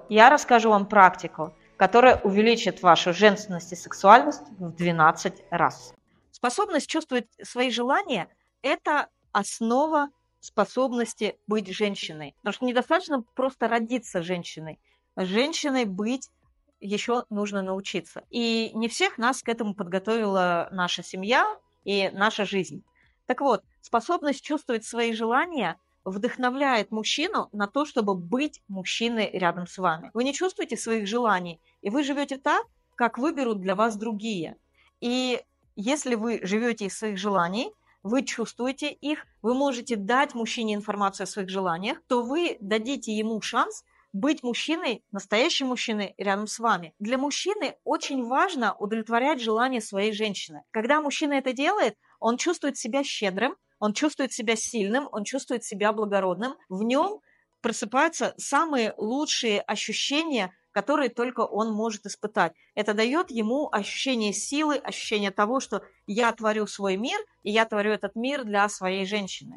я расскажу вам практику, которая увеличит вашу женственность и сексуальность в 12 раз. Способность чувствовать свои желания – это основа способности быть женщиной. Потому что недостаточно просто родиться женщиной. Женщиной быть еще нужно научиться. И не всех нас к этому подготовила наша семья и наша жизнь. Так вот, способность чувствовать свои желания вдохновляет мужчину на то, чтобы быть мужчиной рядом с вами. Вы не чувствуете своих желаний, и вы живете так, как выберут для вас другие. И если вы живете из своих желаний, вы чувствуете их, вы можете дать мужчине информацию о своих желаниях, то вы дадите ему шанс быть мужчиной, настоящим мужчиной рядом с вами. Для мужчины очень важно удовлетворять желания своей женщины. Когда мужчина это делает, он чувствует себя щедрым, он чувствует себя сильным, он чувствует себя благородным. В нем просыпаются самые лучшие ощущения, которые только он может испытать. Это дает ему ощущение силы, ощущение того, что я творю свой мир, и я творю этот мир для своей женщины.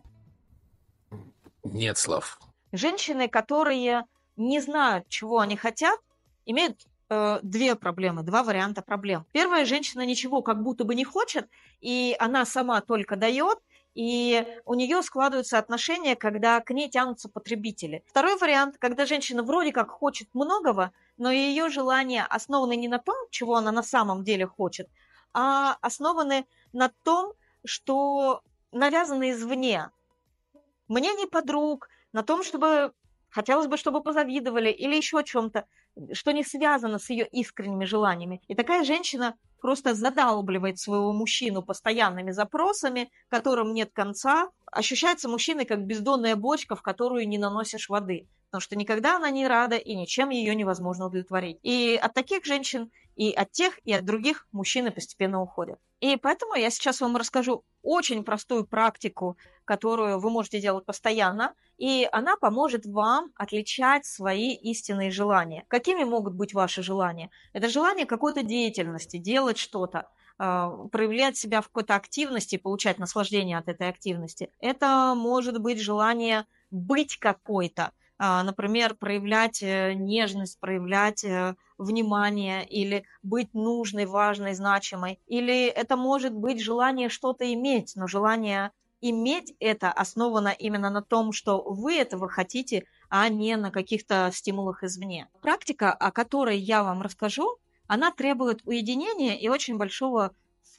Нет слов. Женщины, которые не знают, чего они хотят, имеют два варианта проблем. Первая, женщина ничего как будто бы не хочет, и она сама только дает, и у нее складываются отношения, когда к ней тянутся потребители. Второй вариант, когда женщина вроде как хочет многого, но ее желания основаны не на том, чего она на самом деле хочет, а основаны на том, что навязано извне. Мнение подруг, на том, чтобы хотелось бы, чтобы позавидовали, или еще о чем-то, что не связано с ее искренними желаниями. И такая женщина просто задалбливает своего мужчину постоянными запросами, которым нет конца. Ощущается мужчиной как бездонная бочка, в которую не наносишь воды, потому что никогда она не рада и ничем ее невозможно удовлетворить. И от таких женщин, и от тех, и от других мужчины постепенно уходят. И поэтому я сейчас вам расскажу очень простую практику, которую вы можете делать постоянно, и она поможет вам отличать свои истинные желания. Какими могут быть ваши желания? Это желание какой-то деятельности, делать что-то, проявлять себя в какой-то активности, получать наслаждение от этой активности. Это может быть желание быть какой-то, например, проявлять нежность, проявлять внимание или быть нужной, важной, значимой. Или это может быть желание что-то иметь, но желание иметь это основано именно на том, что вы этого хотите, а не на каких-то стимулах извне. Практика, о которой я вам расскажу, она требует уединения и очень большого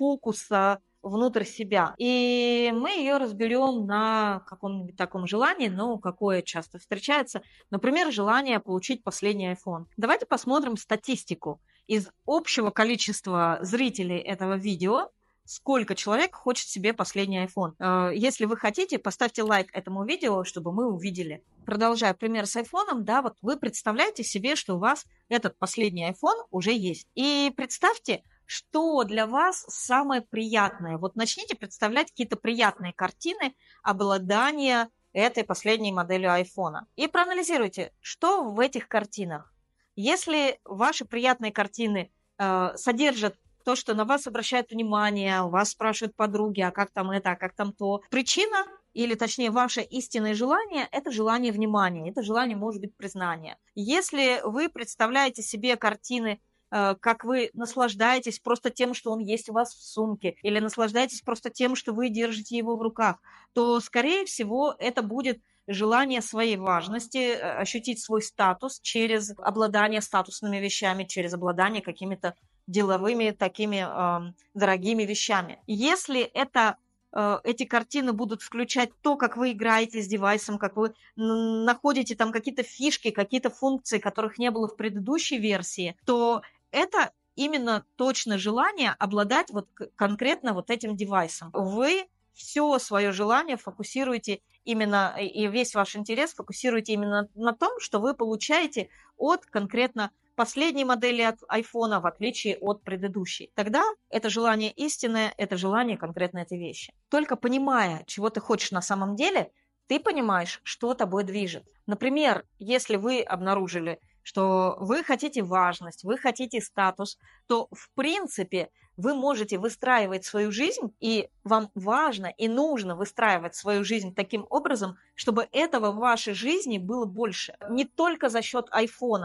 фокуса внутрь себя. И мы ее разберем на каком-нибудь таком желании, какое часто встречается. Например, желание получить последний iPhone. Давайте посмотрим статистику. Из общего количества зрителей этого видео, сколько человек хочет себе последний iPhone. Если вы хотите, поставьте лайк этому видео, чтобы мы увидели. Продолжая пример с айфоном, вы представляете себе, что у вас этот последний iPhone уже есть. И представьте, что для вас самое приятное. Начните представлять какие-то приятные картины обладания этой последней моделью айфона. И проанализируйте, что в этих картинах. Если ваши приятные картины содержат то, что на вас обращают внимание, у вас спрашивают подруги, а как там это, а как там то. Причина, или точнее ваше истинное желание, это желание внимания, это желание, может быть, признания. Если вы представляете себе картины, как вы наслаждаетесь просто тем, что он есть у вас в сумке, или наслаждаетесь просто тем, что вы держите его в руках, то, скорее всего, это будет желание своей важности, ощутить свой статус через обладание статусными вещами, через обладание какими-то деловыми такими дорогими вещами. Если эти картины будут включать то, как вы играете с девайсом, как вы находите там какие-то фишки, какие-то функции, которых не было в предыдущей версии, то это именно точно желание обладать конкретно этим девайсом. Вы все свое желание фокусируете именно, и весь ваш интерес фокусируете именно на том, что вы получаете от конкретно последней модели от iPhone, в отличие от предыдущей. Тогда это желание истинное, это желание конкретно этой вещи. Только понимая, чего ты хочешь на самом деле, ты понимаешь, что тобой движет. Например, если вы обнаружили, что вы хотите важность, вы хотите статус, то в принципе вы можете выстраивать свою жизнь, и вам важно и нужно выстраивать свою жизнь таким образом, чтобы этого в вашей жизни было больше. Не только за счет айфона.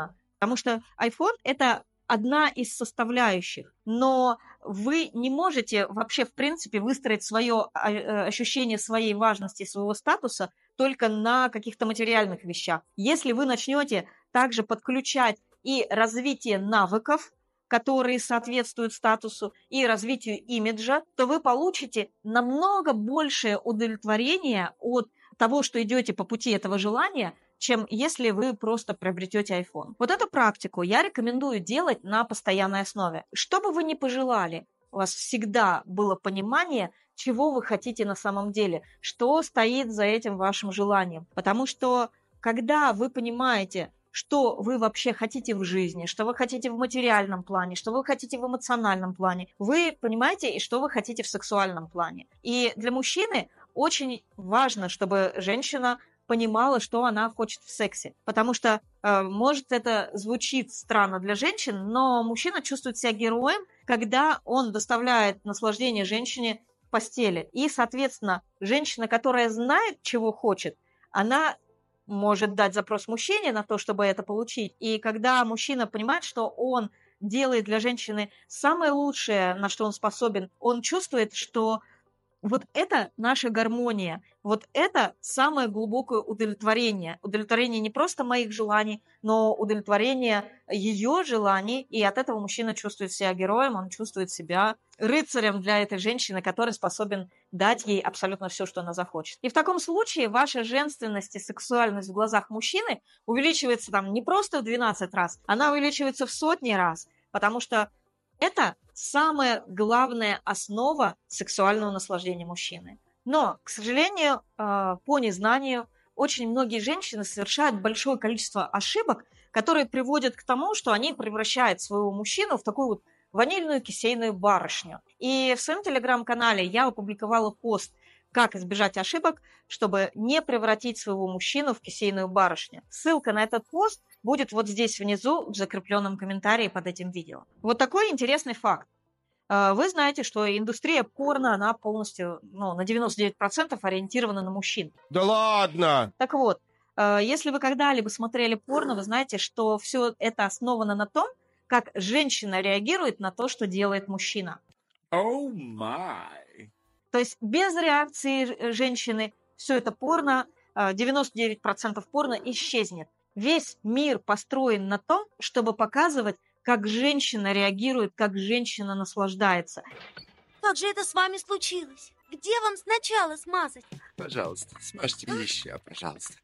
Потому что iPhone– это одна из составляющих, но вы не можете вообще, в принципе, выстроить свое ощущение своей важности, своего статуса только на каких-то материальных вещах. Если вы начнете также подключать и развитие навыков, которые соответствуют статусу, и развитию имиджа, то вы получите намного большее удовлетворение от того, что идете по пути этого желания, чем если вы просто приобретете iPhone. Вот эту практику я рекомендую делать на постоянной основе. Что бы вы ни пожелали, у вас всегда было понимание, чего вы хотите на самом деле, что стоит за этим вашим желанием. Потому что когда вы понимаете, что вы вообще хотите в жизни, что вы хотите в материальном плане, что вы хотите в эмоциональном плане, вы понимаете, и что вы хотите в сексуальном плане. И для мужчины очень важно, чтобы женщина понимала, что она хочет в сексе. Потому что, может, это звучит странно для женщин, но мужчина чувствует себя героем, когда он доставляет наслаждение женщине в постели. И, соответственно, женщина, которая знает, чего хочет, она может дать запрос мужчине на то, чтобы это получить. И когда мужчина понимает, что он делает для женщины самое лучшее, на что он способен, он чувствует, что вот это наша гармония, вот это самое глубокое удовлетворение. Удовлетворение не просто моих желаний, но удовлетворение ее желаний. И от этого мужчина чувствует себя героем, он чувствует себя рыцарем для этой женщины, который способен дать ей абсолютно все, что она захочет. И в таком случае ваша женственность и сексуальность в глазах мужчины увеличивается там не просто в 12 раз, она увеличивается в сотни раз, потому что это самая главная основа сексуального наслаждения мужчины. Но, к сожалению, по незнанию, очень многие женщины совершают большое количество ошибок, которые приводят к тому, что они превращают своего мужчину в такую вот ванильную кисейную барышню. И в своем телеграм-канале я опубликовала пост «Как избежать ошибок, чтобы не превратить своего мужчину в кисейную барышню». Ссылка на этот пост будет вот здесь внизу в закрепленном комментарии под этим видео. Вот такой интересный факт. Вы знаете, что индустрия порно, она полностью, на 99% ориентирована на мужчин. Да ладно! Так вот, если вы когда-либо смотрели порно, вы знаете, что все это основано на том, как женщина реагирует на то, что делает мужчина. Oh my! То есть без реакции женщины все это порно, 99% порно исчезнет. Весь мир построен на том, чтобы показывать, как женщина реагирует, как женщина наслаждается. Как же это с вами случилось? Где вам сначала смазать? Пожалуйста, смажьте мне еще, пожалуйста.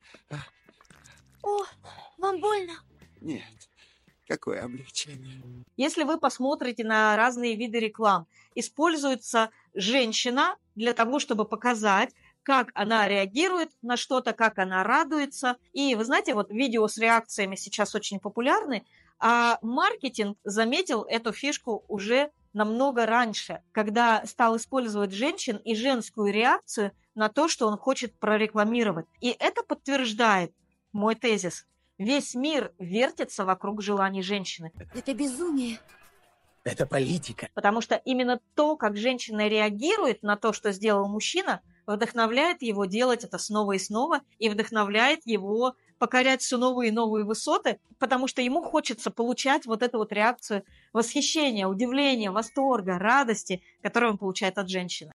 О, вам больно? Нет, какое облегчение. Если вы посмотрите на разные виды реклам, используется женщина для того, чтобы показать, как она реагирует на что-то, как она радуется. И вы знаете, вот видео с реакциями сейчас очень популярны, а маркетинг заметил эту фишку уже намного раньше, когда стал использовать женщин и женскую реакцию на то, что он хочет прорекламировать. И это подтверждает мой тезис. Весь мир вертится вокруг желаний женщины. Это безумие. Это политика. Потому что именно то, как женщина реагирует на то, что сделал мужчина, вдохновляет его делать это снова и снова, и вдохновляет его покорять все новые и новые высоты, потому что ему хочется получать вот эту вот реакцию восхищения, удивления, восторга, радости, которую он получает от женщины.